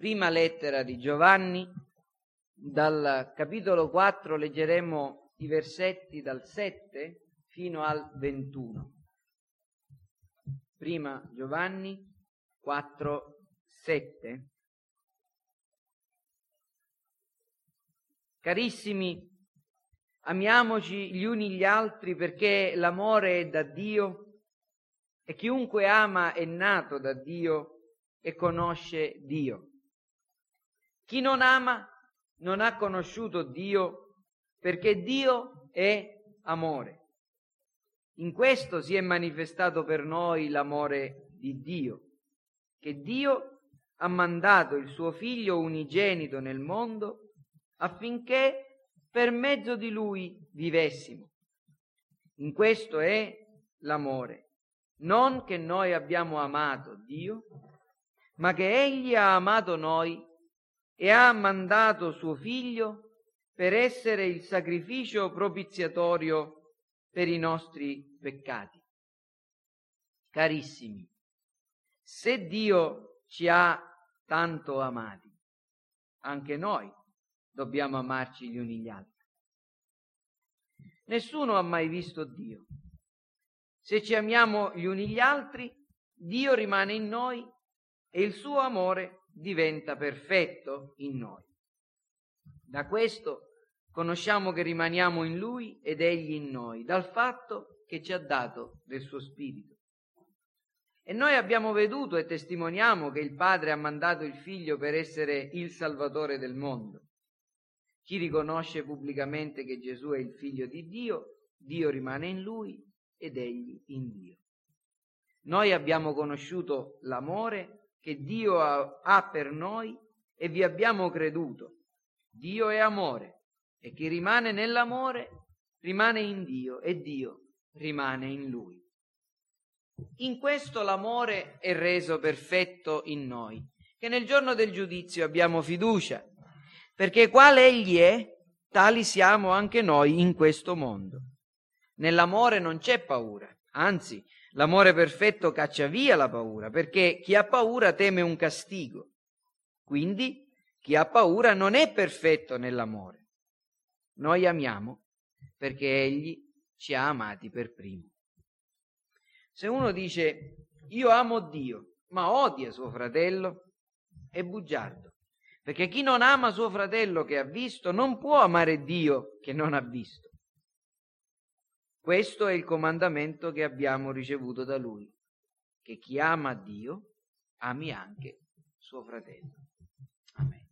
Prima lettera di Giovanni, dal capitolo 4 leggeremo i versetti dal 7 fino al 21. Prima Giovanni 4, 7. Carissimi, amiamoci gli uni gli altri perché l'amore è da Dio e chiunque ama è nato da Dio e conosce Dio. Chi non ama non ha conosciuto Dio perché Dio è amore. In questo si è manifestato per noi l'amore di Dio, che Dio ha mandato il suo Figlio unigenito nel mondo affinché per mezzo di Lui vivessimo. In questo è l'amore, non che noi abbiamo amato Dio, ma che Egli ha amato noi e ha mandato suo Figlio per essere il sacrificio propiziatorio per i nostri peccati. Carissimi, se Dio ci ha tanto amati, anche noi dobbiamo amarci gli uni gli altri. Nessuno ha mai visto Dio. Se ci amiamo gli uni gli altri, Dio rimane in noi e il suo amore diventa perfetto in noi. Da questo conosciamo che rimaniamo in Lui ed Egli in noi, dal fatto che ci ha dato del suo Spirito. E noi abbiamo veduto e testimoniamo che il Padre ha mandato il Figlio per essere il Salvatore del mondo. Chi riconosce pubblicamente che Gesù è il Figlio di Dio, Dio rimane in Lui ed Egli in Dio. Noi abbiamo conosciuto l'amore che Dio ha per noi e vi abbiamo creduto. Dio è amore e chi rimane nell'amore rimane in Dio e Dio rimane in Lui. In questo l'amore è reso perfetto in noi, che nel giorno del giudizio abbiamo fiducia, perché quale Egli è, tali siamo anche noi in questo mondo. Nell'amore non c'è paura, anzi, l'amore perfetto caccia via la paura, perché chi ha paura teme un castigo. Quindi chi ha paura non è perfetto nell'amore. Noi amiamo perché Egli ci ha amati per primo. Se uno dice io amo Dio, ma odia suo fratello, è bugiardo, perché chi non ama suo fratello che ha visto non può amare Dio che non ha visto. Questo è il comandamento che abbiamo ricevuto da Lui, che chi ama Dio ami anche suo fratello. Amen.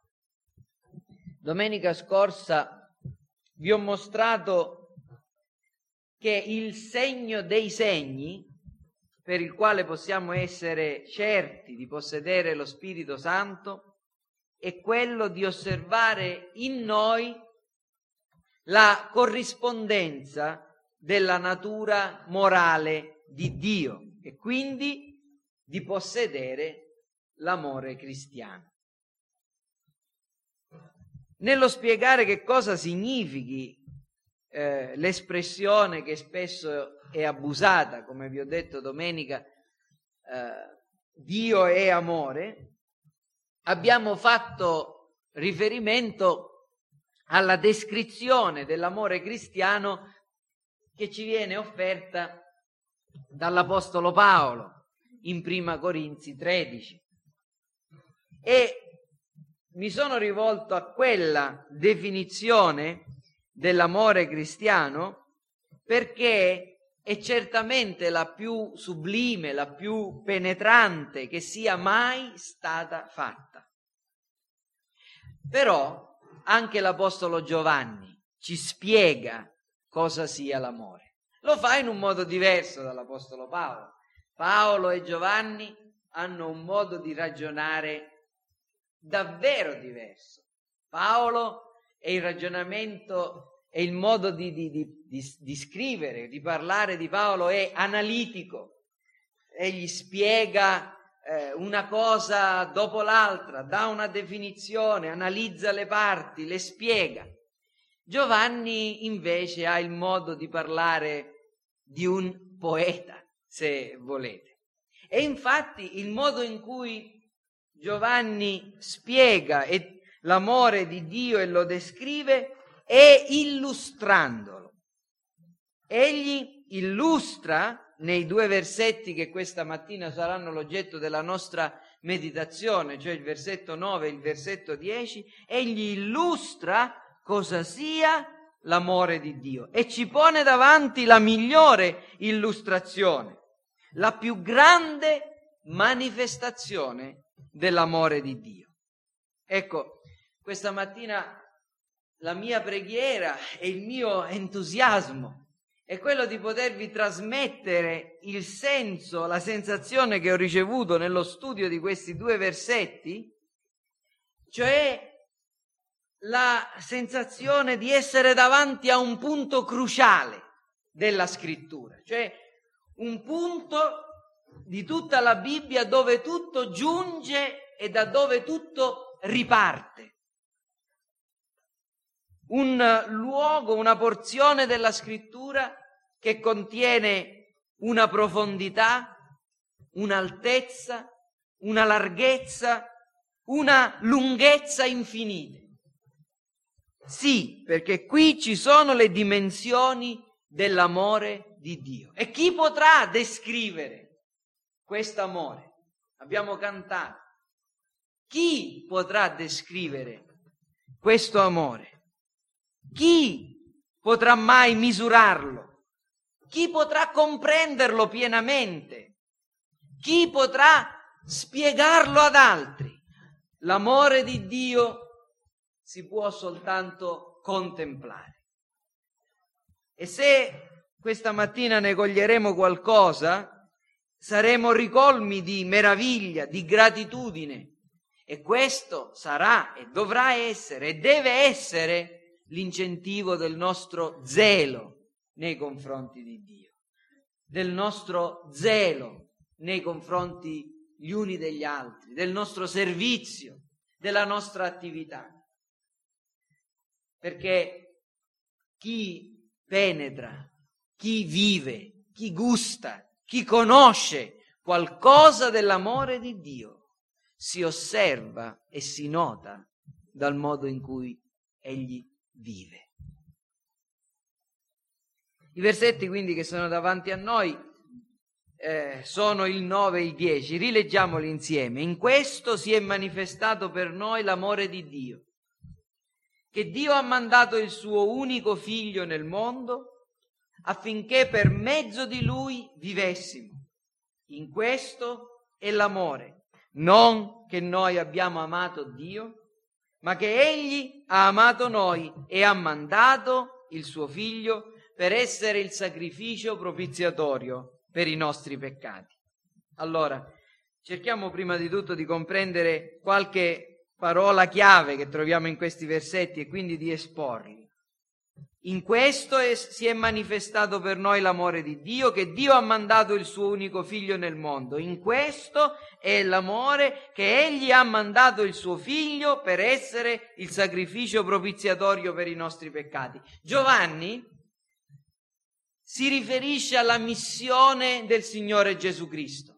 Domenica scorsa vi ho mostrato che il segno dei segni per il quale possiamo essere certi di possedere lo Spirito Santo è quello di osservare in noi la corrispondenza della natura morale di Dio e quindi di possedere l'amore cristiano. Nello spiegare che cosa significhi l'espressione che spesso è abusata, come vi ho detto domenica, Dio è amore, abbiamo fatto riferimento alla descrizione dell'amore cristiano che ci viene offerta dall'Apostolo Paolo in Prima Corinzi 13. E mi sono rivolto a quella definizione dell'amore cristiano perché è certamente la più sublime, la più penetrante che sia mai stata fatta. Però anche l'Apostolo Giovanni ci spiega cosa sia l'amore. Lo fa in un modo diverso dall'Apostolo Paolo. Paolo e Giovanni hanno un modo di ragionare davvero diverso. Paolo è il ragionamento e il modo di scrivere, di parlare di Paolo è analitico. Egli spiega una cosa dopo l'altra, dà una definizione, analizza le parti, le spiega. Giovanni invece ha il modo di parlare di un poeta, se volete. E infatti il modo in cui Giovanni spiega l'amore di Dio e lo descrive e illustrandolo. Egli illustra nei 2 versetti che questa mattina saranno l'oggetto della nostra meditazione, cioè il versetto 9 e il versetto 10, egli illustra cosa sia l'amore di Dio e ci pone davanti la migliore illustrazione, la più grande manifestazione dell'amore di Dio. Ecco, questa mattina la mia preghiera e il mio entusiasmo è quello di potervi trasmettere il senso, la sensazione che ho ricevuto nello studio di questi 2 versetti, cioè la sensazione di essere davanti a un punto cruciale della scrittura, cioè un punto di tutta la Bibbia dove tutto giunge e da dove tutto riparte. Un luogo, una porzione della scrittura che contiene una profondità, un'altezza, una larghezza, una lunghezza infinite. Sì, perché qui ci sono le dimensioni dell'amore di Dio. E chi potrà descrivere questo amore? Abbiamo cantato. Chi potrà descrivere questo amore? Chi potrà mai misurarlo? Chi potrà comprenderlo pienamente? Chi potrà spiegarlo ad altri? L'amore di Dio si può soltanto contemplare. E se questa mattina ne coglieremo qualcosa, saremo ricolmi di meraviglia, di gratitudine. E questo sarà e dovrà essere e deve essere l'incentivo del nostro zelo nei confronti di Dio, del nostro zelo nei confronti gli uni degli altri, del nostro servizio, della nostra attività. Perché chi penetra, chi vive, chi gusta, chi conosce qualcosa dell'amore di Dio, si osserva e si nota dal modo in cui egli vive. I versetti quindi che sono davanti a noi sono il 9 e il 10, rileggiamoli insieme. In questo si è manifestato per noi l'amore di Dio, che Dio ha mandato il suo unico figlio nel mondo affinché per mezzo di lui vivessimo. In questo è l'amore, non che noi abbiamo amato Dio, ma che egli ha amato noi e ha mandato il suo figlio per essere il sacrificio propiziatorio per i nostri peccati. Allora, cerchiamo prima di tutto di comprendere qualche parola chiave che troviamo in questi versetti e quindi di esporli. In questo si è manifestato per noi l'amore di Dio, che Dio ha mandato il suo unico figlio nel mondo. In questo è l'amore, che egli ha mandato il suo figlio per essere il sacrificio propiziatorio per i nostri peccati. Giovanni si riferisce alla missione del Signore Gesù Cristo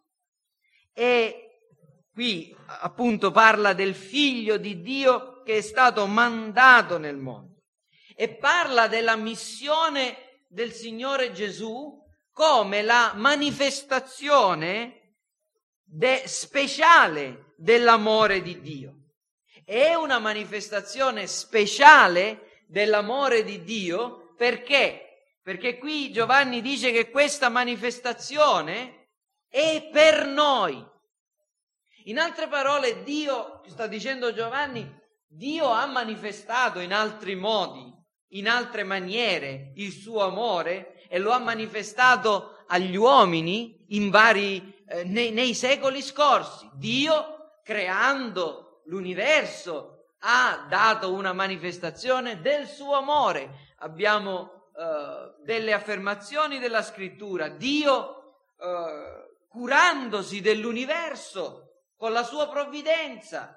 e qui appunto parla del figlio di Dio che è stato mandato nel mondo. E parla della missione del Signore Gesù come la manifestazione speciale dell'amore di Dio. È una manifestazione speciale dell'amore di Dio perché? Perché qui Giovanni dice che questa manifestazione è per noi. In altre parole, Dio, sta dicendo Giovanni, Dio ha manifestato in altri modi, in altre maniere il suo amore e lo ha manifestato agli uomini in nei secoli scorsi. Dio, creando l'universo, ha dato una manifestazione del suo amore. Abbiamo delle affermazioni della scrittura. Dio, curandosi dell'universo con la sua provvidenza,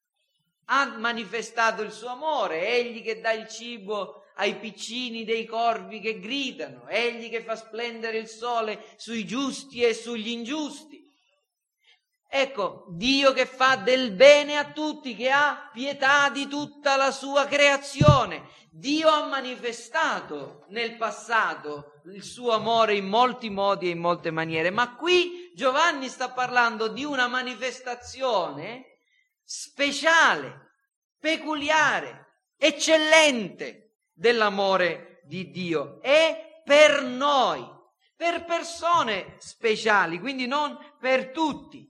ha manifestato il suo amore. Egli che dà il cibo ai piccini dei corvi che gridano, egli che fa splendere il sole sui giusti e sugli ingiusti. Ecco, Dio che fa del bene a tutti, che ha pietà di tutta la sua creazione. Dio ha manifestato nel passato il suo amore in molti modi e in molte maniere, ma qui Giovanni sta parlando di una manifestazione speciale, peculiare, eccellente dell'amore di Dio. È per noi, per persone speciali, quindi non per tutti.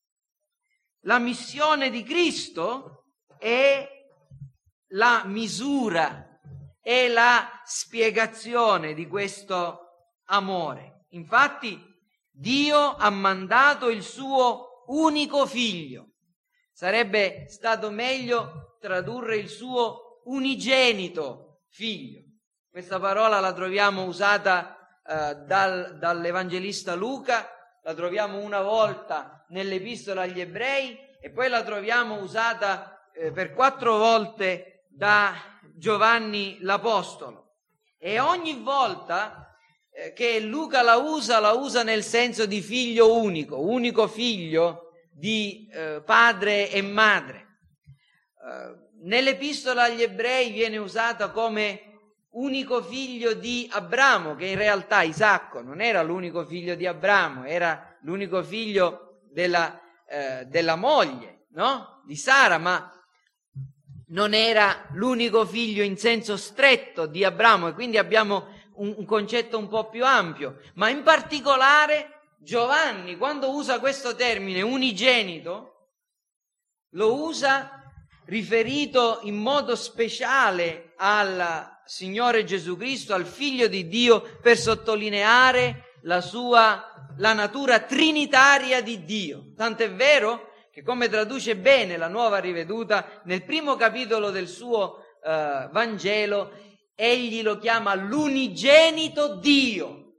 La missione di Cristo è la misura, è la spiegazione di questo amore. Infatti Dio ha mandato il suo unico figlio. Sarebbe stato meglio tradurre il suo unigenito figlio. Questa parola la troviamo usata dall'Evangelista Luca, la troviamo una volta nell'Epistola agli Ebrei e poi la troviamo usata per 4 volte da Giovanni l'Apostolo. E ogni volta che Luca la usa nel senso di figlio unico figlio di padre e madre. Nell'Epistola agli Ebrei viene usata come unico figlio di Abramo, che in realtà Isacco non era l'unico figlio di Abramo, era l'unico figlio della moglie, no? Di Sara, ma non era l'unico figlio in senso stretto di Abramo, e quindi abbiamo un concetto un po' più ampio. Ma in particolare Giovanni, quando usa questo termine unigenito, lo usa riferito in modo speciale al Signore Gesù Cristo, al Figlio di Dio, per sottolineare la natura trinitaria di Dio. Tant'è vero che, come traduce bene la Nuova Riveduta, nel primo capitolo del suo Vangelo, egli lo chiama l'unigenito Dio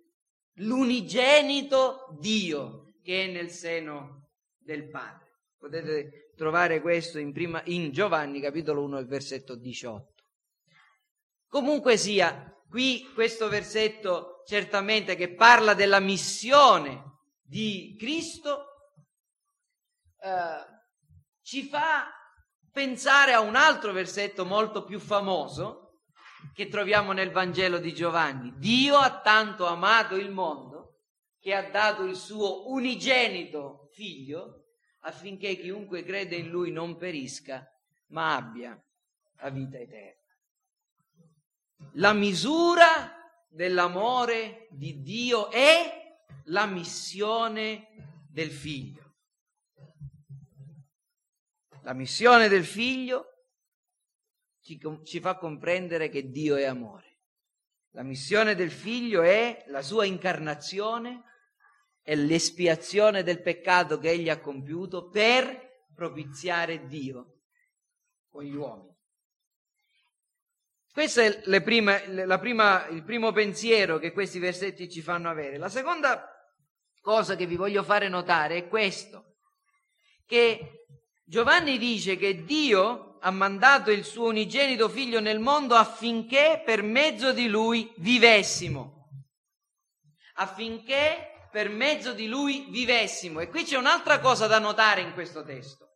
che è nel seno del Padre. Potete trovare questo in Giovanni capitolo 1 versetto 18. Comunque sia, qui questo versetto certamente che parla della missione di Cristo ci fa pensare a un altro versetto molto più famoso che troviamo nel Vangelo di Giovanni. Dio ha tanto amato il mondo che ha dato il suo unigenito figlio affinché chiunque crede in lui non perisca ma abbia la vita eterna. La misura dell'amore di Dio è la missione del figlio. La missione del figlio ci fa comprendere che Dio è amore. La missione del figlio è la sua incarnazione e l'espiazione del peccato che egli ha compiuto per propiziare Dio con gli uomini. Questo è il primo pensiero che questi versetti ci fanno avere. La seconda cosa che vi voglio fare notare è questo, che Giovanni dice che Dio ha mandato il suo unigenito figlio nel mondo affinché per mezzo di lui vivessimo. Affinché per mezzo di lui vivessimo. E qui c'è un'altra cosa da notare in questo testo.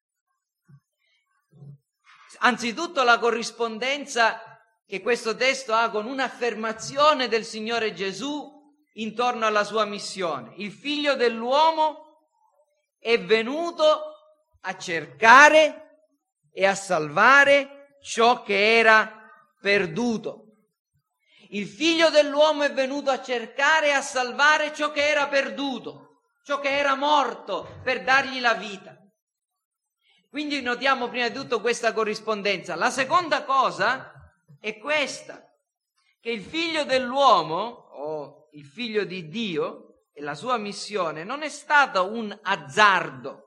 Anzitutto la corrispondenza che questo testo ha con un'affermazione del Signore Gesù intorno alla sua missione. Il figlio dell'uomo è venuto a cercare e a salvare ciò che era perduto. Il figlio dell'uomo è venuto a cercare e a salvare ciò che era perduto, ciò che era morto, per dargli la vita. Quindi notiamo prima di tutto questa corrispondenza. La seconda cosa è questa, che il figlio dell'uomo, o il figlio di Dio, e la sua missione non è stata un azzardo.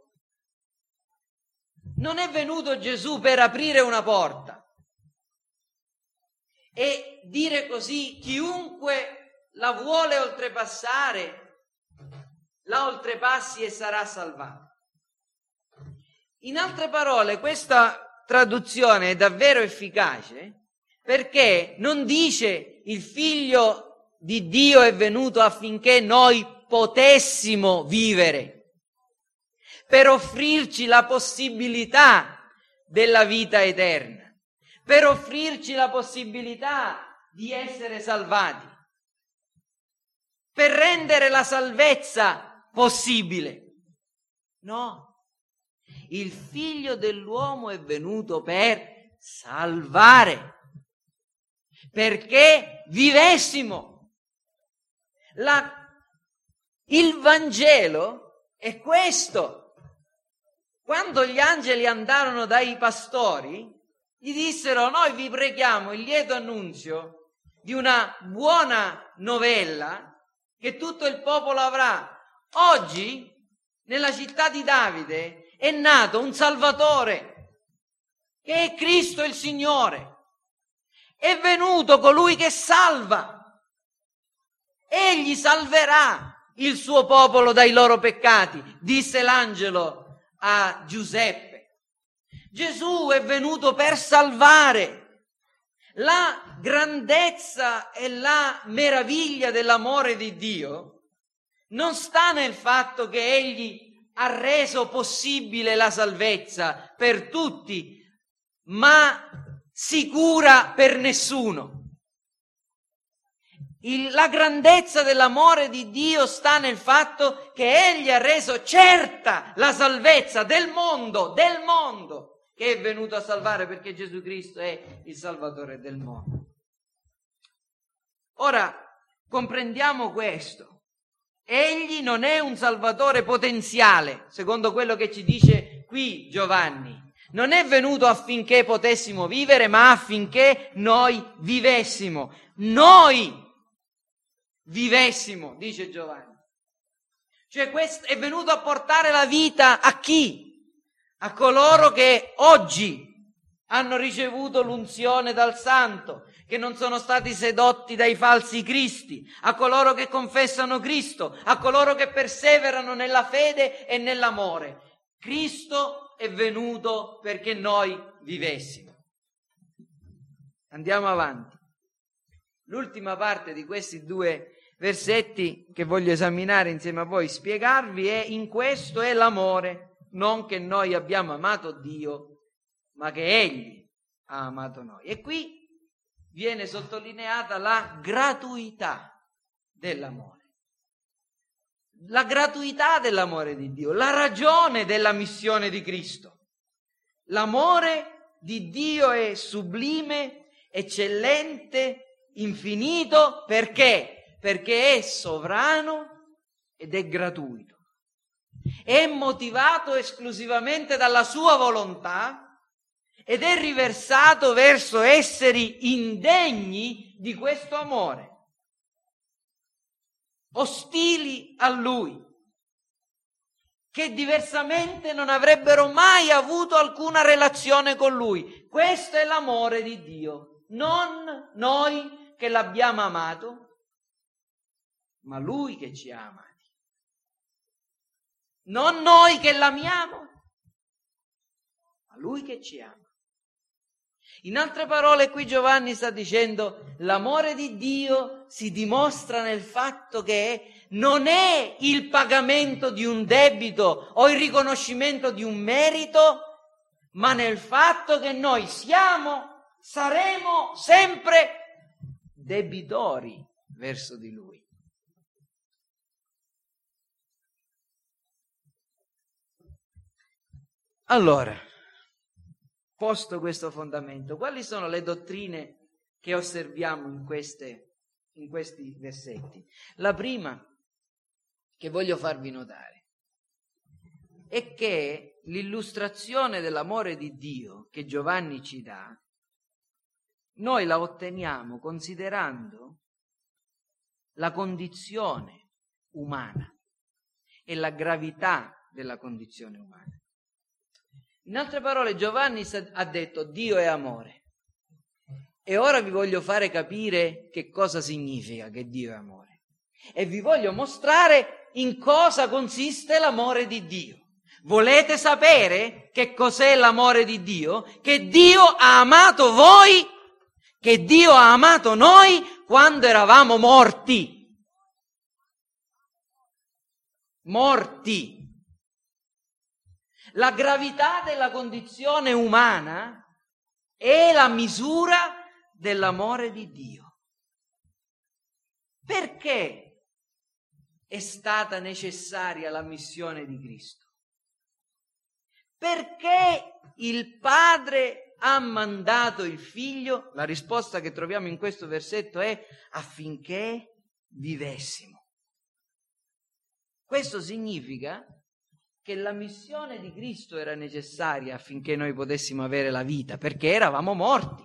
Non è venuto Gesù per aprire una porta e dire così: chiunque la vuole oltrepassare, la oltrepassi e sarà salvato. In altre parole, questa traduzione è davvero efficace perché non dice il figlio di Dio è venuto affinché noi potessimo vivere, per offrirci la possibilità della vita eterna, per offrirci la possibilità di essere salvati, per rendere la salvezza possibile. No, il Figlio dell'uomo è venuto per salvare, perché vivessimo. Il Vangelo è questo. Quando gli angeli andarono dai pastori, gli dissero: noi vi preghiamo il lieto annunzio di una buona novella che tutto il popolo avrà. Oggi, nella città di Davide, è nato un Salvatore, che è Cristo il Signore. È venuto colui che salva. Egli salverà il suo popolo dai loro peccati, disse l'angelo a Giuseppe. Gesù è venuto per salvare. La grandezza e la meraviglia dell'amore di Dio non sta nel fatto che Egli ha reso possibile la salvezza per tutti, ma sicura per nessuno. La grandezza dell'amore di Dio sta nel fatto che Egli ha reso certa la salvezza del mondo, che è venuto a salvare, perché Gesù Cristo è il Salvatore del mondo. Ora, comprendiamo questo. Egli non è un Salvatore potenziale, secondo quello che ci dice qui Giovanni. Non è venuto affinché potessimo vivere, ma affinché noi vivessimo. Noi vivessimo, dice Giovanni. Cioè questo è venuto a portare la vita a chi? A coloro che oggi hanno ricevuto l'unzione dal Santo, che non sono stati sedotti dai falsi cristi, a coloro che confessano Cristo, a coloro che perseverano nella fede e nell'amore. Cristo è venuto perché noi vivessimo. Andiamo avanti. L'ultima parte di questi 2 versetti che voglio esaminare insieme a voi, spiegarvi, è: in questo è l'amore, non che noi abbiamo amato Dio, ma che Egli ha amato noi. E qui viene sottolineata la gratuità dell'amore. La gratuità dell'amore di Dio, la ragione della missione di Cristo. L'amore di Dio è sublime, eccellente, infinito, perché? Perché è sovrano ed è gratuito. È motivato esclusivamente dalla sua volontà ed è riversato verso esseri indegni di questo amore, ostili a Lui, che diversamente non avrebbero mai avuto alcuna relazione con Lui. Questo è l'amore di Dio, non noi che l'abbiamo amato, ma Lui che ci ha amati. Non noi che l'amiamo, ma Lui che ci ama. In altre parole, qui Giovanni sta dicendo: l'amore di Dio si dimostra nel fatto che non è il pagamento di un debito o il riconoscimento di un merito, ma nel fatto che noi saremo sempre debitori verso di Lui. Allora, posto questo fondamento, quali sono le dottrine che osserviamo in questi versetti? La prima che voglio farvi notare è che l'illustrazione dell'amore di Dio che Giovanni ci dà, noi la otteniamo considerando la condizione umana e la gravità della condizione umana. In altre parole, Giovanni ha detto: Dio è amore. E ora vi voglio fare capire che cosa significa che Dio è amore. E vi voglio mostrare in cosa consiste l'amore di Dio. Volete sapere che cos'è l'amore di Dio? Che Dio ha amato voi, che Dio ha amato noi quando eravamo morti. Morti. La gravità della condizione umana è la misura dell'amore di Dio. Perché è stata necessaria la missione di Cristo? Perché il Padre ha mandato il Figlio? La risposta che troviamo in questo versetto è affinché vivessimo. Questo significa che la missione di Cristo era necessaria affinché noi potessimo avere la vita, perché eravamo morti.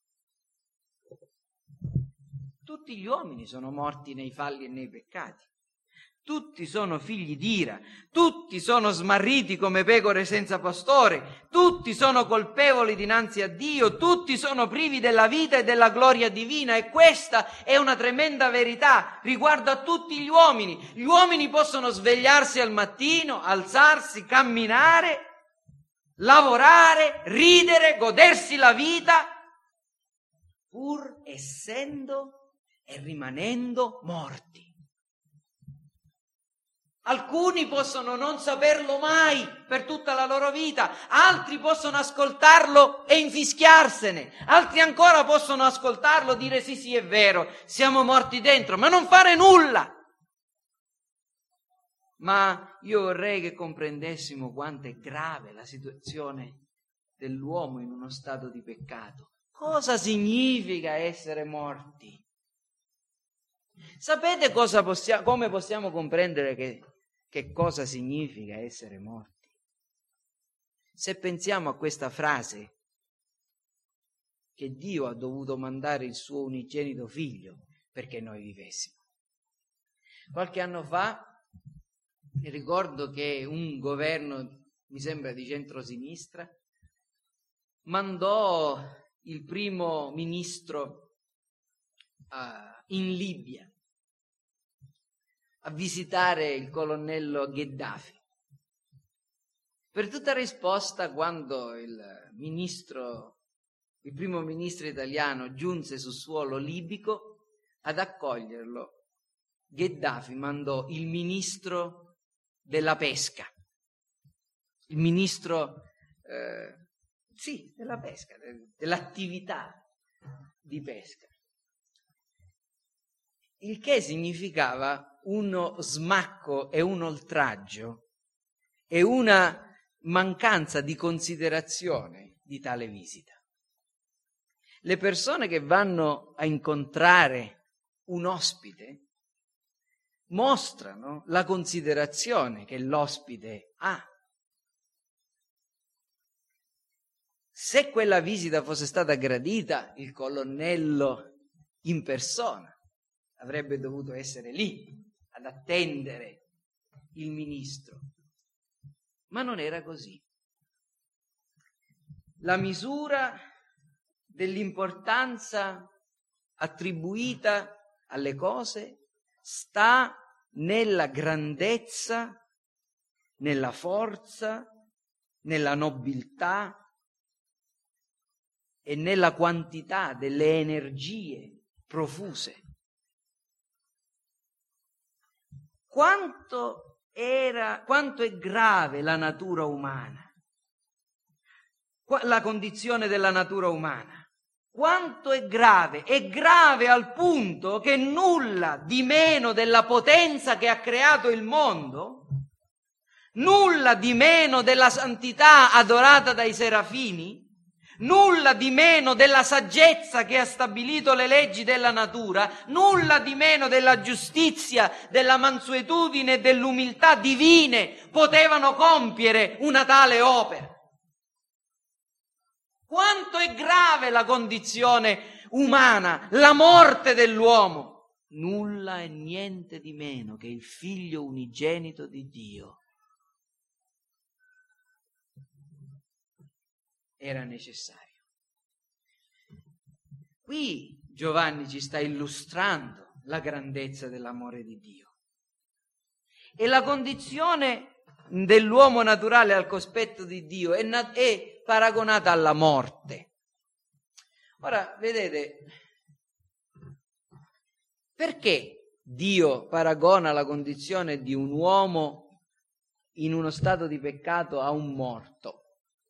Tutti gli uomini sono morti nei falli e nei peccati. Tutti sono figli d'ira, tutti sono smarriti come pecore senza pastore, tutti sono colpevoli dinanzi a Dio, tutti sono privi della vita e della gloria divina, e questa è una tremenda verità riguardo a tutti gli uomini. Gli uomini possono svegliarsi al mattino, alzarsi, camminare, lavorare, ridere, godersi la vita, pur essendo e rimanendo morti. Alcuni possono non saperlo mai per tutta la loro vita, altri possono ascoltarlo e infischiarsene, altri ancora possono ascoltarlo e dire sì è vero, siamo morti dentro, ma non fare nulla. Ma io vorrei che comprendessimo quanto è grave la situazione dell'uomo in uno stato di peccato. Cosa significa essere morti? Sapete come possiamo comprendere che cosa significa essere morti? Se pensiamo a questa frase, che Dio ha dovuto mandare il suo unigenito figlio perché noi vivessimo. Qualche anno fa ricordo che un governo, mi sembra di centrosinistra, mandò il primo ministro in Libia a visitare il colonnello Gheddafi. Per tutta risposta, quando il primo ministro italiano giunse sul suolo libico ad accoglierlo, Gheddafi mandò il ministro della pesca, il ministro della pesca, dell'attività di pesca, il che significava uno smacco e un oltraggio e una mancanza di considerazione di tale visita. Le persone che vanno a incontrare un ospite mostrano la considerazione che l'ospite ha. Se quella visita fosse stata gradita, il colonnello in persona avrebbe dovuto essere lì ad attendere il ministro, ma non era così. La misura dell'importanza attribuita alle cose sta nella grandezza, nella forza, nella nobiltà e nella quantità delle energie profuse. Quanto è grave la natura umana, la condizione della natura umana. Quanto è grave al punto che nulla di meno della potenza che ha creato il mondo, nulla di meno della santità adorata dai serafini, nulla di meno della saggezza che ha stabilito le leggi della natura, nulla di meno della giustizia, della mansuetudine e dell'umiltà divine potevano compiere una tale opera. Quanto è grave la condizione umana, la morte dell'uomo. Nulla e niente di meno che il Figlio unigenito di Dio era necessario. Qui Giovanni ci sta illustrando la grandezza dell'amore di Dio. E la condizione dell'uomo naturale al cospetto di Dio è paragonata alla morte. Ora, vedete, perché Dio paragona la condizione di un uomo in uno stato di peccato a un morto.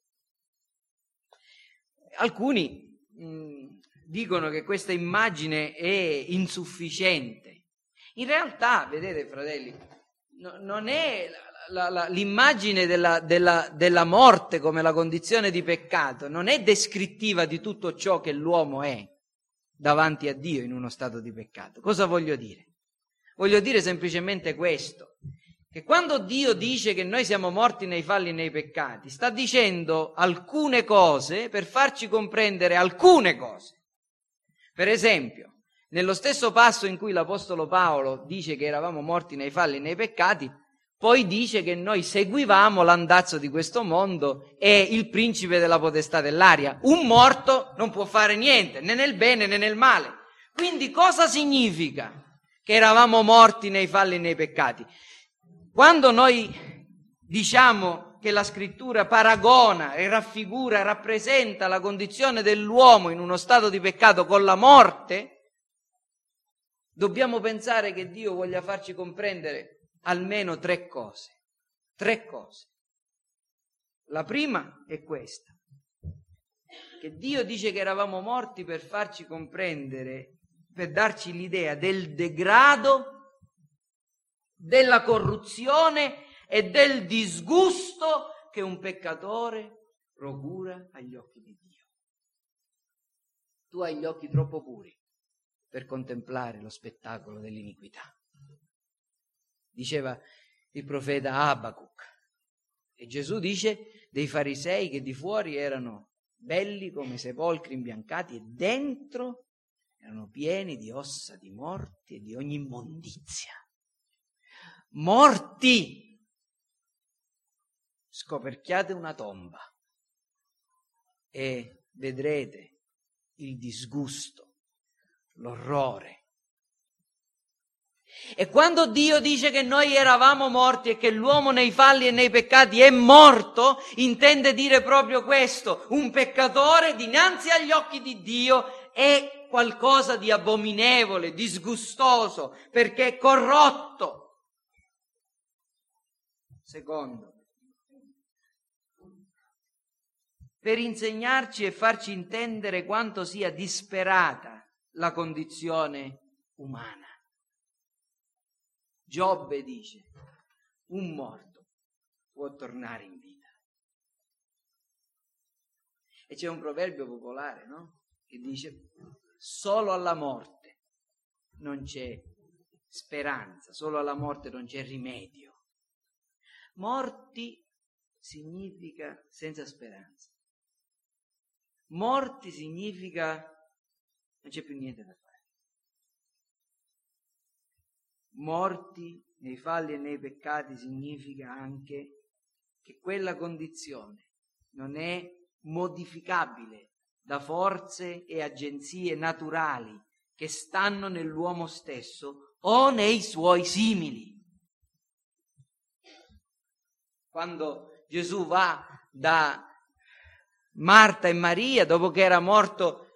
Alcuni dicono che questa immagine è insufficiente. In realtà, vedete, fratelli, non è l'immagine della morte come la condizione di peccato, non è descrittiva di tutto ciò che l'uomo è davanti a Dio in uno stato di peccato. Cosa voglio dire? Voglio dire semplicemente questo, che quando Dio dice che noi siamo morti nei falli e nei peccati, sta dicendo alcune cose per farci comprendere alcune cose. Per esempio, nello stesso passo in cui l'Apostolo Paolo dice che eravamo morti nei falli e nei peccati, poi dice che noi seguivamo l'andazzo di questo mondo e il principe della potestà dell'aria. Un morto non può fare niente, né nel bene né nel male. Quindi cosa significa che eravamo morti nei falli e nei peccati? Quando noi diciamo che la Scrittura paragona e raffigura, rappresenta la condizione dell'uomo in uno stato di peccato con la morte, dobbiamo pensare che Dio voglia farci comprendere almeno tre cose. Tre cose. La prima è questa, che Dio dice che eravamo morti per farci comprendere, per darci l'idea del degrado, della corruzione e del disgusto che un peccatore procura agli occhi di Dio. Tu hai gli occhi troppo puri per contemplare lo spettacolo dell'iniquità. Diceva il profeta Abacuc. E Gesù dice dei farisei che di fuori erano belli come sepolcri imbiancati e dentro erano pieni di ossa di morti e di ogni immondizia. Morti! Scoperchiate una tomba e vedrete il disgusto, l'orrore. E quando Dio dice che noi eravamo morti e che l'uomo nei falli e nei peccati è morto, intende dire proprio questo: un peccatore dinanzi agli occhi di Dio è qualcosa di abominevole, disgustoso, perché è corrotto. Secondo, per insegnarci e farci intendere quanto sia disperata la condizione umana. Giobbe dice: un morto può tornare in vita. E c'è un proverbio popolare, no? Che dice: solo alla morte non c'è speranza, solo alla morte non c'è rimedio. Morti significa senza speranza. Morti significa non c'è più niente da fare. Morti nei falli e nei peccati significa anche che quella condizione non è modificabile da forze e agenzie naturali che stanno nell'uomo stesso o nei suoi simili. Quando Gesù va da Marta e Maria, dopo che era morto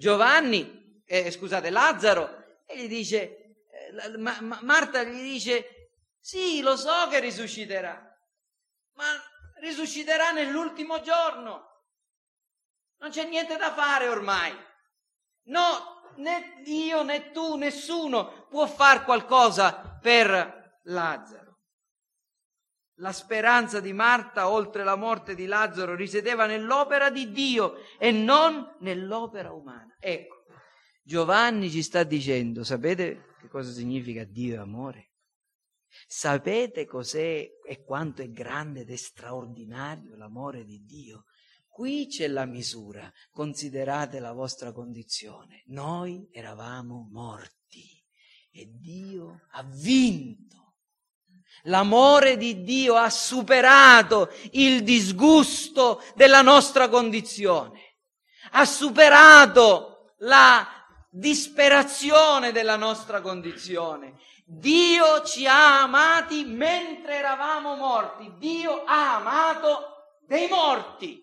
Lazzaro, e gli dice, Marta gli dice: sì, lo so che risusciterà, ma risusciterà nell'ultimo giorno. Non c'è niente da fare ormai. No, né Dio né tu, nessuno può far qualcosa per Lazzaro. La speranza di Marta, oltre la morte di Lazzaro, risiedeva nell'opera di Dio e non nell'opera umana. Ecco, Giovanni ci sta dicendo: sapete che cosa significa Dio è amore? Sapete cos'è e quanto è grande ed è straordinario l'amore di Dio? Qui c'è la misura, considerate la vostra condizione. Noi eravamo morti e Dio ha vinto. L'amore di Dio ha superato il disgusto della nostra condizione, ha superato la disperazione della nostra condizione. Dio ci ha amati mentre eravamo morti. Dio ha amato dei morti.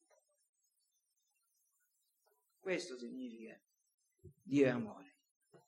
Questo significa Dio è amore.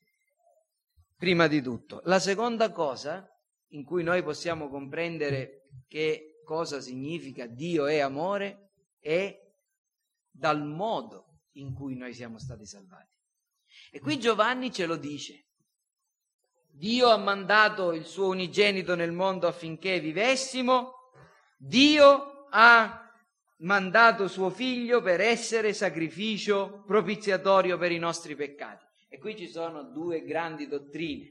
Prima di tutto. La seconda cosa in cui noi possiamo comprendere che cosa significa Dio è amore è dal modo in cui noi siamo stati salvati. E qui Giovanni ce lo dice. Dio ha mandato il suo unigenito nel mondo affinché vivessimo. Dio ha mandato suo figlio per essere sacrificio propiziatorio per i nostri peccati. E qui ci sono due grandi dottrine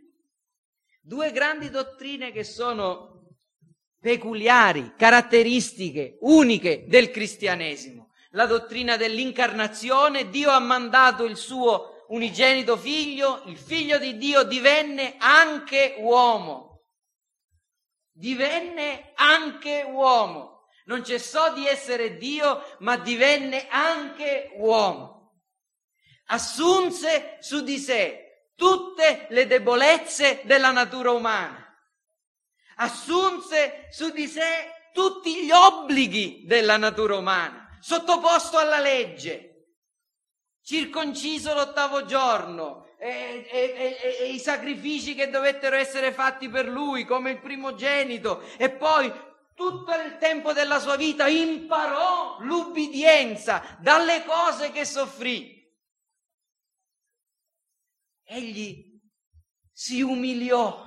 che sono peculiari, caratteristiche, uniche del cristianesimo. La dottrina dell'incarnazione: Dio ha mandato il suo unigenito figlio, il figlio di Dio divenne anche uomo. Divenne anche uomo. Non cessò di essere Dio, ma divenne anche uomo. Assunse su di sé tutte le debolezze della natura umana. Assunse su di sé tutti gli obblighi della natura umana, sottoposto alla legge, circonciso l'8° giorno, e i sacrifici che dovettero essere fatti per lui come il primogenito, e poi tutto il tempo della sua vita imparò l'ubbidienza dalle cose che soffrì. Egli si umiliò.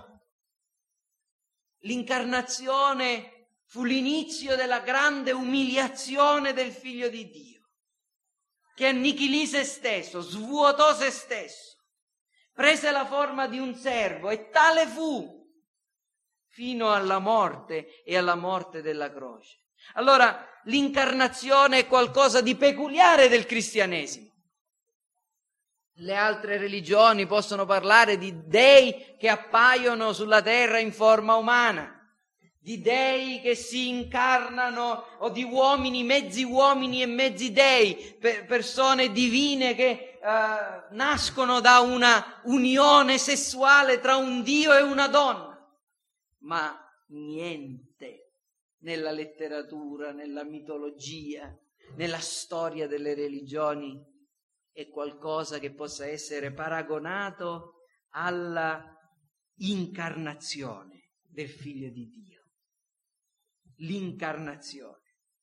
L'incarnazione fu l'inizio della grande umiliazione del Figlio di Dio, che annichilì se stesso, svuotò se stesso, prese la forma di un servo e tale fu fino alla morte e alla morte della croce. Allora, l'incarnazione è qualcosa di peculiare del cristianesimo. Le altre religioni possono parlare di dei che appaiono sulla terra in forma umana, di dei che si incarnano, o di uomini e mezzi dei, persone divine che nascono da una unione sessuale tra un Dio e una donna. Ma niente nella letteratura, nella mitologia, nella storia delle religioni è qualcosa che possa essere paragonato alla incarnazione del Figlio di Dio. L'incarnazione.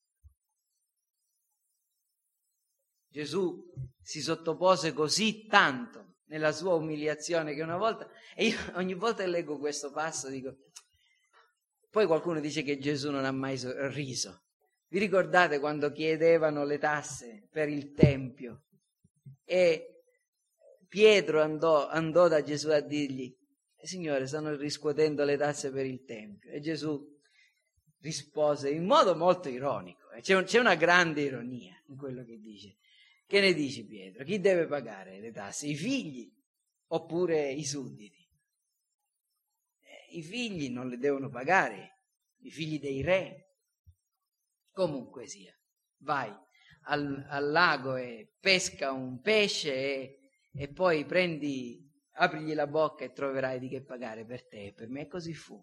Gesù si sottopose così tanto nella sua umiliazione che una volta, e io ogni volta che leggo questo passo dico, poi qualcuno dice che Gesù non ha mai riso. Vi ricordate quando chiedevano le tasse per il Tempio? E Pietro andò da Gesù a dirgli: Signore, stanno riscuotendo le tasse per il Tempio. E Gesù rispose in modo molto ironico. C'è una grande ironia in quello che dice. Che ne dici, Pietro? Chi deve pagare le tasse? I figli oppure i sudditi? I figli non le devono pagare, i figli dei re. Comunque sia, vai al lago e pesca un pesce e poi aprigli la bocca e troverai di che pagare per te e per me. E così fu.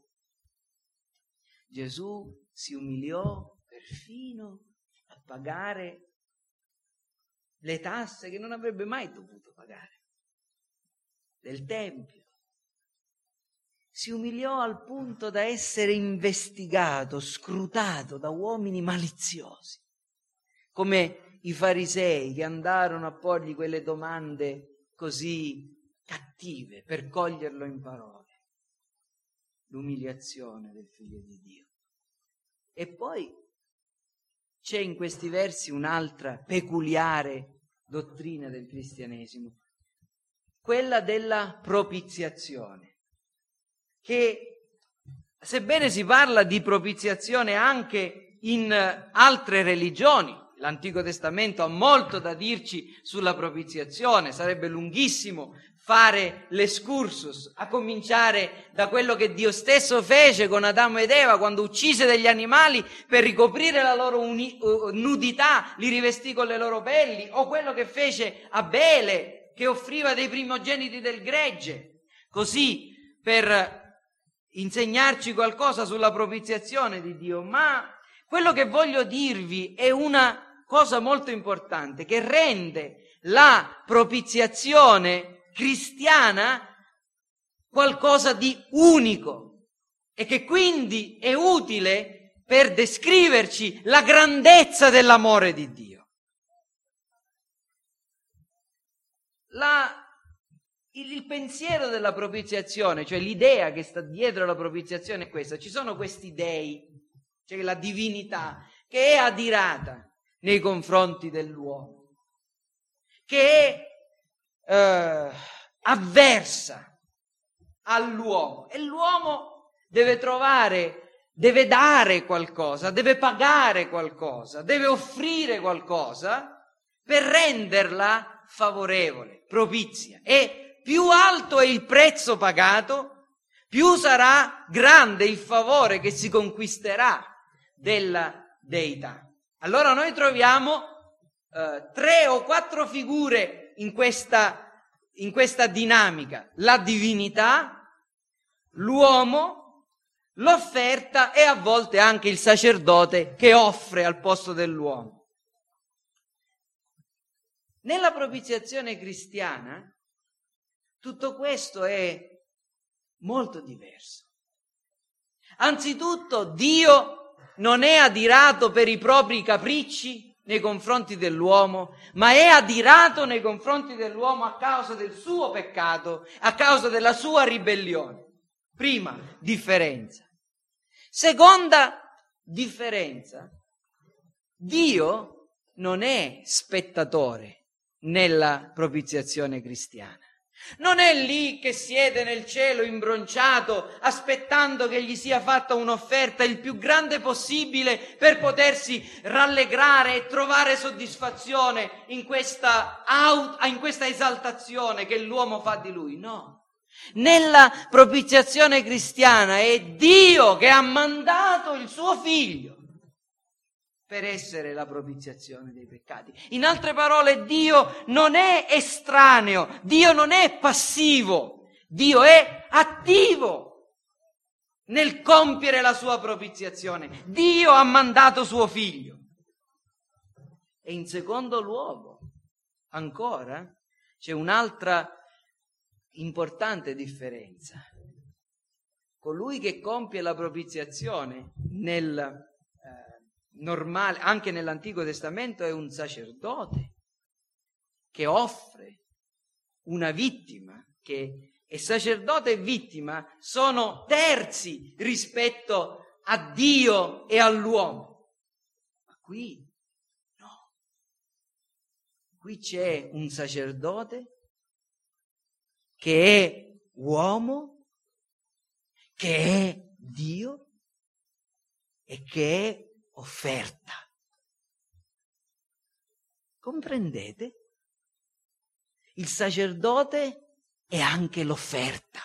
Gesù si umiliò perfino a pagare le tasse che non avrebbe mai dovuto pagare del Tempio. Si umiliò al punto da essere investigato, scrutato da uomini maliziosi, come i farisei che andarono a porgli quelle domande così cattive per coglierlo in parole. L'umiliazione del Figlio di Dio. E poi c'è in questi versi un'altra peculiare dottrina del cristianesimo, quella della propiziazione, che sebbene si parla di propiziazione anche in altre religioni, l'Antico Testamento ha molto da dirci sulla propiziazione, sarebbe lunghissimo fare l'excursus, a cominciare da quello che Dio stesso fece con Adamo ed Eva quando uccise degli animali per ricoprire la loro nudità, li rivestì con le loro pelli, o quello che fece Abele che offriva dei primogeniti del gregge, così per insegnarci qualcosa sulla propiziazione di Dio. Ma quello che voglio dirvi è una cosa molto importante che rende la propiziazione cristiana qualcosa di unico e che quindi è utile per descriverci la grandezza dell'amore di Dio. Il pensiero della propiziazione, cioè l'idea che sta dietro la propiziazione è questa. Ci sono questi dei, cioè la divinità, che è adirata nei confronti dell'uomo, che è avversa all'uomo, e l'uomo deve dare qualcosa, deve pagare qualcosa, deve offrire qualcosa per renderla favorevole, propizia. E più alto è il prezzo pagato, più sarà grande il favore che si conquisterà della deità. Allora noi troviamo 3 o 4 figure in questa dinamica: la divinità, l'uomo, l'offerta e a volte anche il sacerdote che offre al posto dell'uomo. Nella propiziazione cristiana tutto questo è molto diverso. Anzitutto, Dio non è adirato per i propri capricci nei confronti dell'uomo, ma è adirato nei confronti dell'uomo a causa del suo peccato, a causa della sua ribellione. Prima differenza. Seconda differenza: Dio non è spettatore nella propiziazione cristiana. Non è lì che siede nel cielo imbronciato aspettando che gli sia fatta un'offerta il più grande possibile per potersi rallegrare e trovare soddisfazione in questa esaltazione che l'uomo fa di lui. No. Nella propiziazione cristiana è Dio che ha mandato il suo figlio per essere la propiziazione dei peccati. In altre parole, Dio non è estraneo, Dio non è passivo, Dio è attivo nel compiere la sua propiziazione. Dio ha mandato suo figlio. E in secondo luogo, ancora, c'è un'altra importante differenza. Colui che compie la propiziazione nel normale, anche nell'Antico Testamento, è un sacerdote che offre una vittima, che è sacerdote e vittima sono terzi rispetto a Dio e all'uomo. Ma qui no. Qui c'è un sacerdote che è uomo, che è Dio e che è offerta. Comprendete? Il sacerdote è anche l'offerta.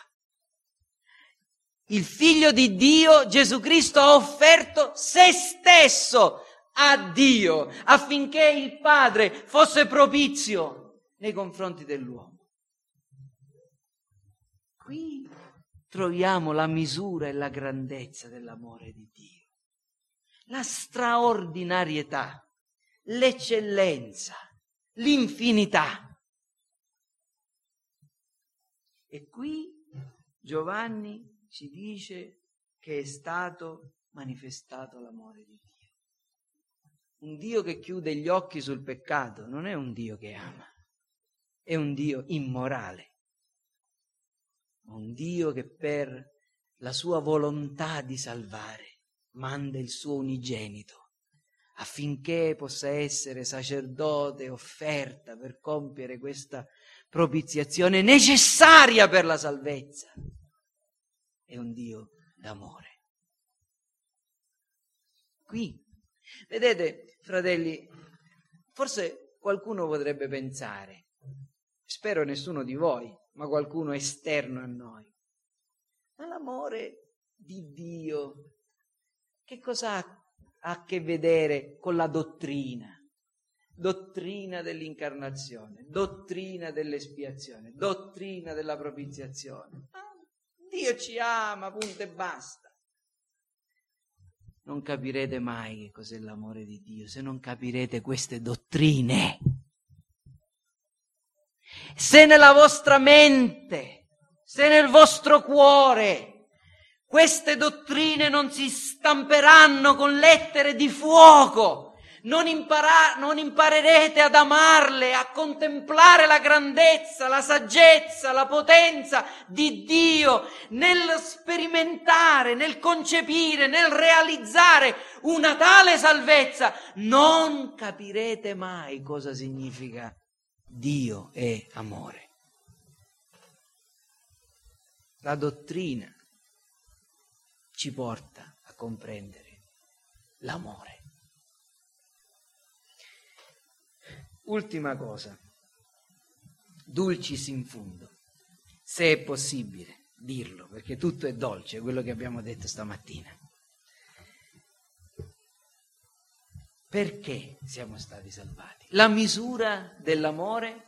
Il Figlio di Dio, Gesù Cristo, ha offerto se stesso a Dio affinché il Padre fosse propizio nei confronti dell'uomo. Qui troviamo la misura e la grandezza dell'amore di Dio. La straordinarietà, l'eccellenza, l'infinità. E qui Giovanni ci dice che è stato manifestato l'amore di Dio. Un Dio che chiude gli occhi sul peccato non è un Dio che ama, è un Dio immorale, un Dio che per la sua volontà di salvare manda il suo unigenito affinché possa essere sacerdote e offerta per compiere questa propiziazione necessaria per la salvezza. È un Dio d'amore. Qui, vedete, fratelli, forse qualcuno potrebbe pensare, spero nessuno di voi, ma qualcuno esterno a noi, ma l'amore di Dio che cosa ha a che vedere con la dottrina? Dottrina dell'incarnazione, dottrina dell'espiazione, dottrina della propiziazione. Dio ci ama, punto e basta. Non capirete mai che cos'è l'amore di Dio se non capirete queste dottrine. Se nella vostra mente, se nel vostro cuore Queste dottrine non si stamperanno con lettere di fuoco. Non imparerete ad amarle, a contemplare la grandezza, la saggezza, la potenza di Dio nel sperimentare, nel concepire, nel realizzare una tale salvezza. Non capirete mai cosa significa Dio è amore. La dottrina ci porta a comprendere l'amore. Ultima cosa, dulcis in fundo, se è possibile dirlo, perché tutto è dolce, quello che abbiamo detto stamattina. Perché siamo stati salvati? La misura dell'amore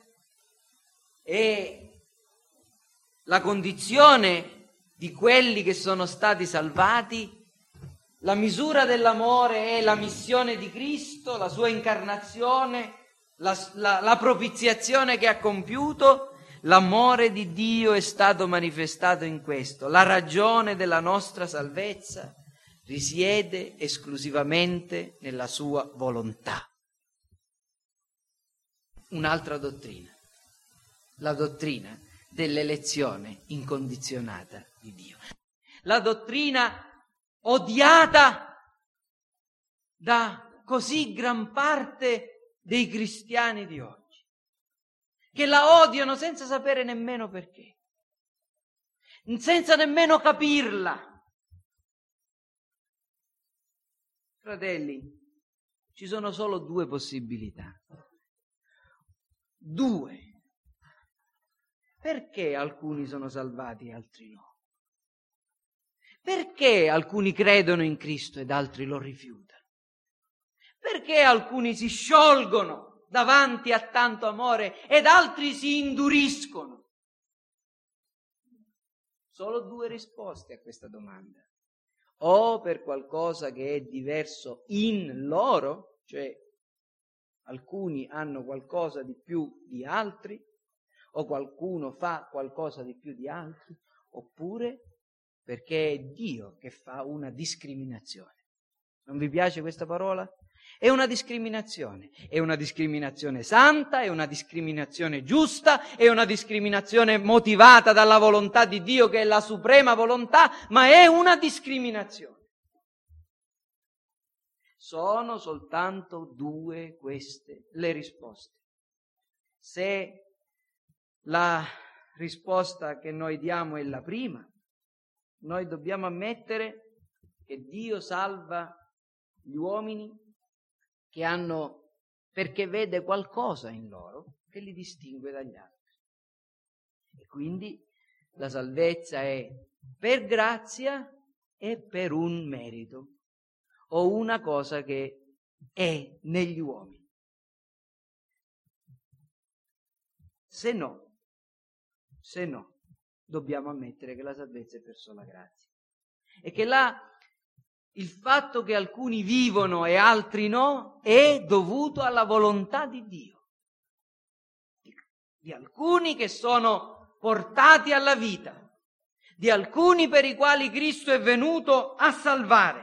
è la condizione di quelli che sono stati salvati. La misura dell'amore è la missione di Cristo, la sua incarnazione, la propiziazione che ha compiuto. L'amore di Dio è stato manifestato in questo. La ragione della nostra salvezza risiede esclusivamente nella sua volontà. Un'altra dottrina, la dottrina dell'elezione incondizionata di Dio. La dottrina odiata da così gran parte dei cristiani di oggi, che la odiano senza sapere nemmeno perché, senza nemmeno capirla. Fratelli, ci sono solo due possibilità. Due. Perché alcuni sono salvati e altri no? Perché alcuni credono in Cristo ed altri lo rifiutano? Perché alcuni si sciolgono davanti a tanto amore ed altri si induriscono? Solo due risposte a questa domanda. O per qualcosa che è diverso in loro, cioè alcuni hanno qualcosa di più di altri, o qualcuno fa qualcosa di più di altri, oppure perché è Dio che fa una discriminazione. Non vi piace questa parola? È una discriminazione santa, è una discriminazione giusta, è una discriminazione motivata dalla volontà di Dio che è la suprema volontà, ma è una discriminazione. Sono soltanto due queste le risposte. Se la risposta che noi diamo è la prima, noi dobbiamo ammettere che Dio salva gli uomini che hanno, perché vede qualcosa in loro che li distingue dagli altri. E quindi la salvezza è per grazia e per un merito, o una cosa che è negli uomini. Se no, dobbiamo ammettere che la salvezza è per sola grazia. E che il fatto che alcuni vivono e altri no è dovuto alla volontà di Dio. Di alcuni che sono portati alla vita, di alcuni per i quali Cristo è venuto a salvare.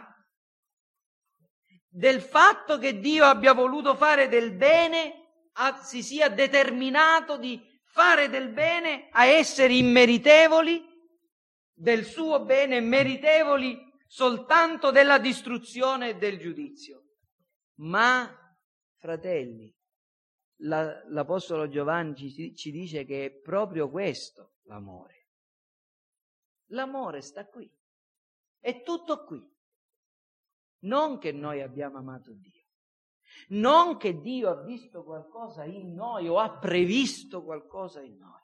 Del fatto che Dio abbia voluto fare del bene, si sia determinato di fare del bene a esseri immeritevoli del suo bene, meritevoli soltanto della distruzione e del giudizio. Ma, fratelli, l'Apostolo Giovanni ci dice che è proprio questo l'amore. L'amore sta qui, è tutto qui. Non che noi abbiamo amato Dio, non che Dio ha visto qualcosa in noi o ha previsto qualcosa in noi.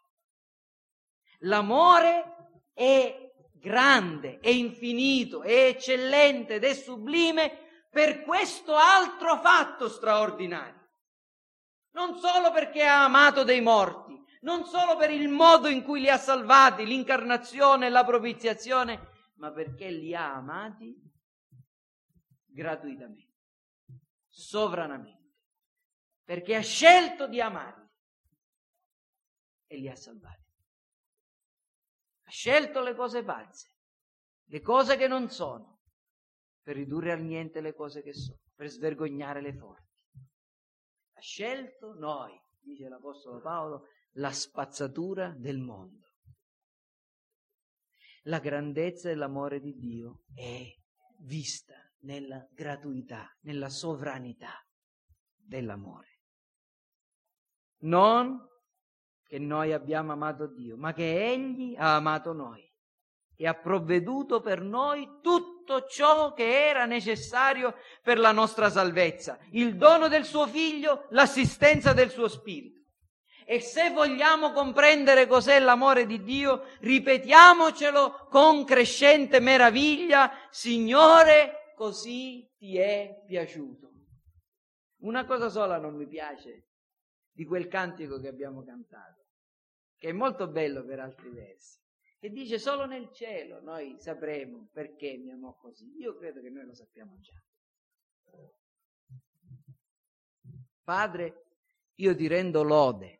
L'amore è grande, è infinito, è eccellente ed è sublime per questo altro fatto straordinario. Non solo perché ha amato dei morti, non solo per il modo in cui li ha salvati, l'incarnazione e la propiziazione, ma perché li ha amati gratuitamente, sovranamente, perché ha scelto di amarli e li ha salvati. Ha scelto le cose pazze le cose che non sono, per ridurre al niente le cose che sono, per svergognare le forti. Ha scelto noi, dice l'Apostolo Paolo, la spazzatura del mondo. La grandezza dell'amore di Dio è vista nella gratuità, nella sovranità dell'amore. Non che noi abbiamo amato Dio, ma che Egli ha amato noi e ha provveduto per noi tutto ciò che era necessario per la nostra salvezza, il dono del suo Figlio, l'assistenza del suo Spirito. E se vogliamo comprendere cos'è l'amore di Dio, ripetiamocelo con crescente meraviglia: Signore, così ti è piaciuto. Una cosa sola non mi piace di quel cantico che abbiamo cantato, che è molto bello per altri versi, che dice: solo nel cielo noi sapremo perché mi amò così. Io credo che noi lo sappiamo già. Padre, io ti rendo lode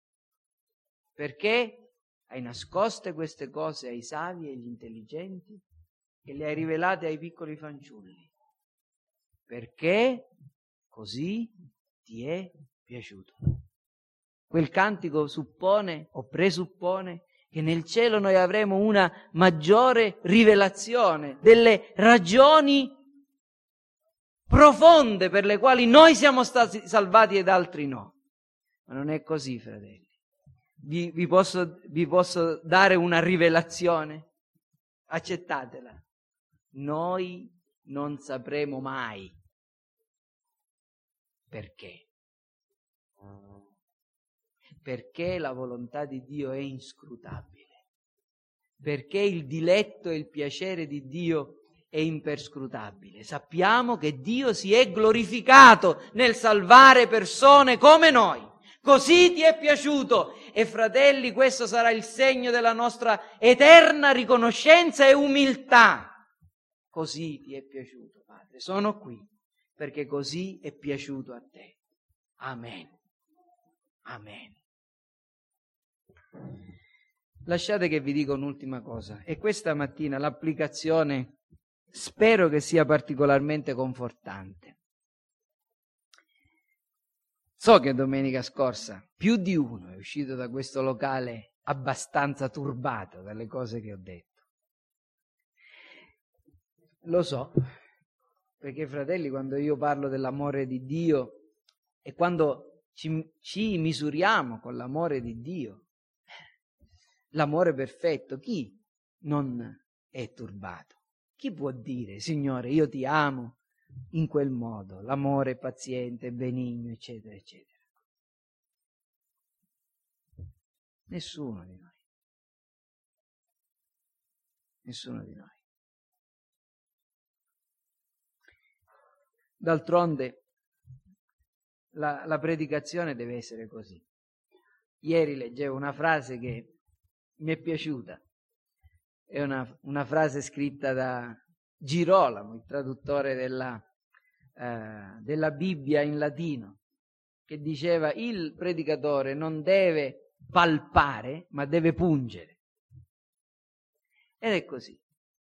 perché hai nascoste queste cose ai savi e agli intelligenti e le hai rivelate ai piccoli fanciulli, perché così ti è piaciuto. Quel cantico suppone o presuppone che nel cielo noi avremo una maggiore rivelazione delle ragioni profonde per le quali noi siamo stati salvati ed altri no. Ma non è così, fratelli. Vi posso dare una rivelazione? Accettatela. Noi non sapremo mai perché. Perché la volontà di Dio è inscrutabile. Perché il diletto e il piacere di Dio è imperscrutabile. Sappiamo che Dio si è glorificato nel salvare persone come noi. Così ti è piaciuto. E fratelli, questo sarà il segno della nostra eterna riconoscenza e umiltà. Così ti è piaciuto, Padre. Sono qui perché così è piaciuto a te. Amen. Amen. Lasciate che vi dica un'ultima cosa. E questa mattina l'applicazione spero che sia particolarmente confortante. So che domenica scorsa più di uno è uscito da questo locale abbastanza turbato dalle cose che ho detto. Lo so, perché fratelli, quando io parlo dell'amore di Dio e quando ci misuriamo con l'amore di Dio, l'amore perfetto, chi non è turbato? Chi può dire: Signore, io ti amo in quel modo, l'amore è paziente, benigno, eccetera, eccetera? Nessuno di noi. Nessuno di noi. D'altronde la predicazione deve essere così. Ieri leggevo una frase che mi è piaciuta. È una frase scritta da Girolamo, il traduttore della Bibbia in latino, che diceva: il predicatore non deve palpare, ma deve pungere. Ed è così.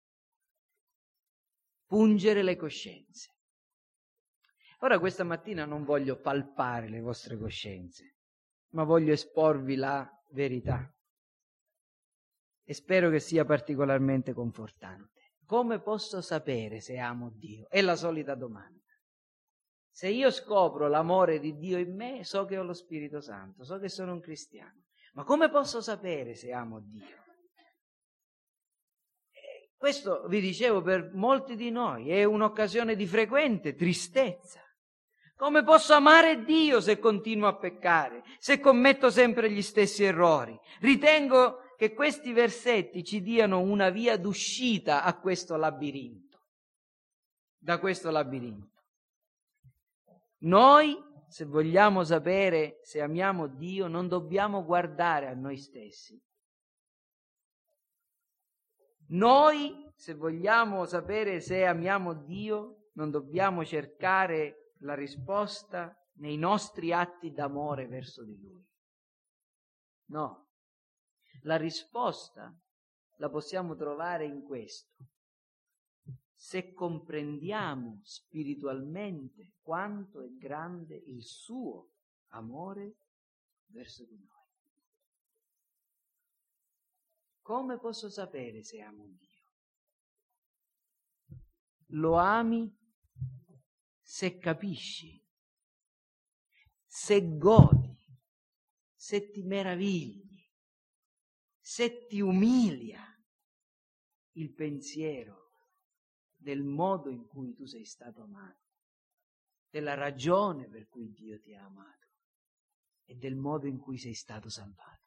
Pungere le coscienze. Ora, questa mattina non voglio palpare le vostre coscienze, ma voglio esporvi la verità. E spero che sia particolarmente confortante. Come posso sapere se amo Dio? È la solita domanda. Se io scopro l'amore di Dio in me, so che ho lo Spirito Santo, so che sono un cristiano. Ma come posso sapere se amo Dio? Questo, vi dicevo, per molti di noi è un'occasione di frequente tristezza. Come posso amare Dio se continuo a peccare, se commetto sempre gli stessi errori? Ritengo che questi versetti ci diano una via d'uscita a questo labirinto, da questo labirinto. Noi, se vogliamo sapere se amiamo Dio, non dobbiamo guardare a noi stessi. Noi, se vogliamo sapere se amiamo Dio, non dobbiamo cercare la risposta nei nostri atti d'amore verso di Lui. No, la risposta la possiamo trovare in questo: se comprendiamo spiritualmente quanto è grande il suo amore verso di noi. Come posso sapere se amo Dio? Lo ami se capisci, se godi, se ti meravigli, se ti umilia il pensiero del modo in cui tu sei stato amato, della ragione per cui Dio ti ha amato e del modo in cui sei stato salvato.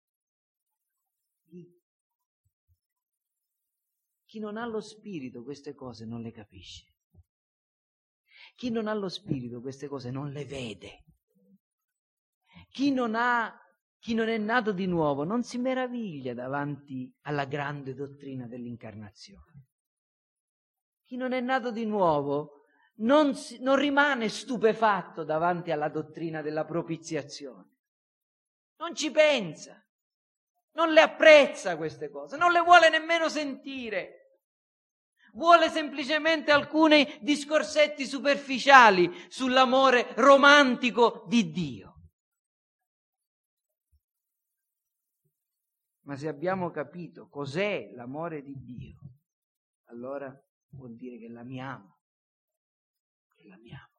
Chi non ha lo spirito queste cose non le capisce. Chi non ha lo spirito queste cose non le vede. Chi non è nato di nuovo non si meraviglia davanti alla grande dottrina dell'incarnazione. Chi non è nato di nuovo non rimane stupefatto davanti alla dottrina della propiziazione. Non ci pensa, non le apprezza queste cose, non le vuole nemmeno sentire. Vuole semplicemente alcuni discorsetti superficiali sull'amore romantico di Dio. Ma se abbiamo capito cos'è l'amore di Dio, allora vuol dire che l'amiamo. Che l'amiamo.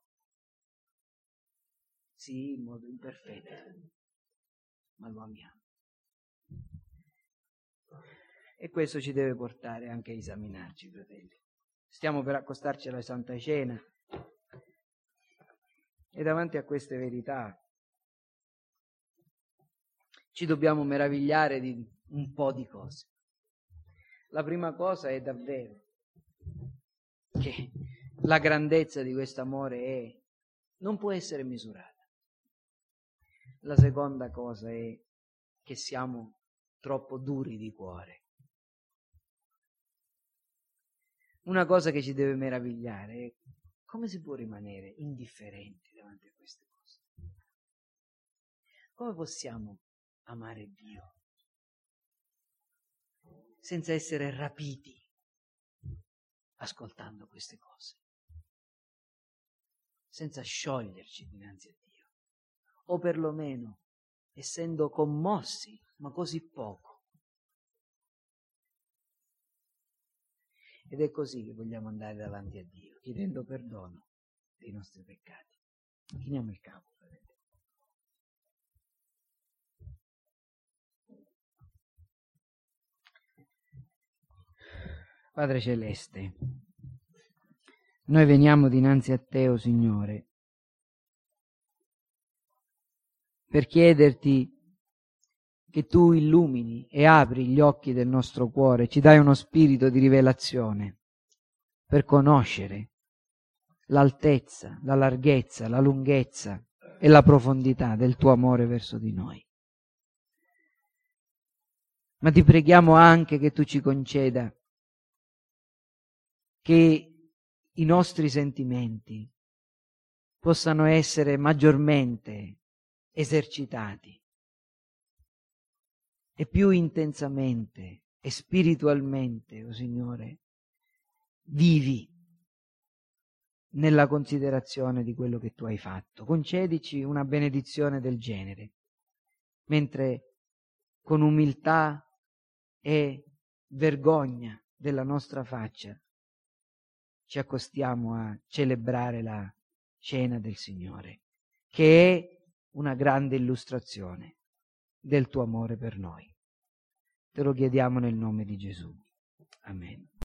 Sì, in modo imperfetto, ma lo amiamo. E questo ci deve portare anche a esaminarci, fratelli. Stiamo per accostarci alla Santa Cena e davanti a queste verità ci dobbiamo meravigliare di un po' di cose. La prima cosa è davvero che la grandezza di questo amore non può essere misurata. La seconda cosa è che siamo troppo duri di cuore. Una cosa che ci deve meravigliare è come si può rimanere indifferenti davanti a queste cose. Come possiamo amare Dio senza essere rapiti ascoltando queste cose, senza scioglierci dinanzi a Dio, o perlomeno essendo commossi, ma così poco. Ed è così che vogliamo andare davanti a Dio, chiedendo perdono dei nostri peccati. Chiniamo il capo, fratelli. Padre Celeste, noi veniamo dinanzi a Te, o Signore, per chiederti che Tu illumini e apri gli occhi del nostro cuore, ci dai uno spirito di rivelazione per conoscere l'altezza, la larghezza, la lunghezza e la profondità del Tuo amore verso di noi. Ma Ti preghiamo anche che Tu ci conceda che i nostri sentimenti possano essere maggiormente esercitati e più intensamente e spiritualmente, o Signore, vivi nella considerazione di quello che Tu hai fatto. Concedici una benedizione del genere, mentre con umiltà e vergogna della nostra faccia ci accostiamo a celebrare la cena del Signore, che è una grande illustrazione del Tuo amore per noi. Te lo chiediamo nel nome di Gesù. Amen.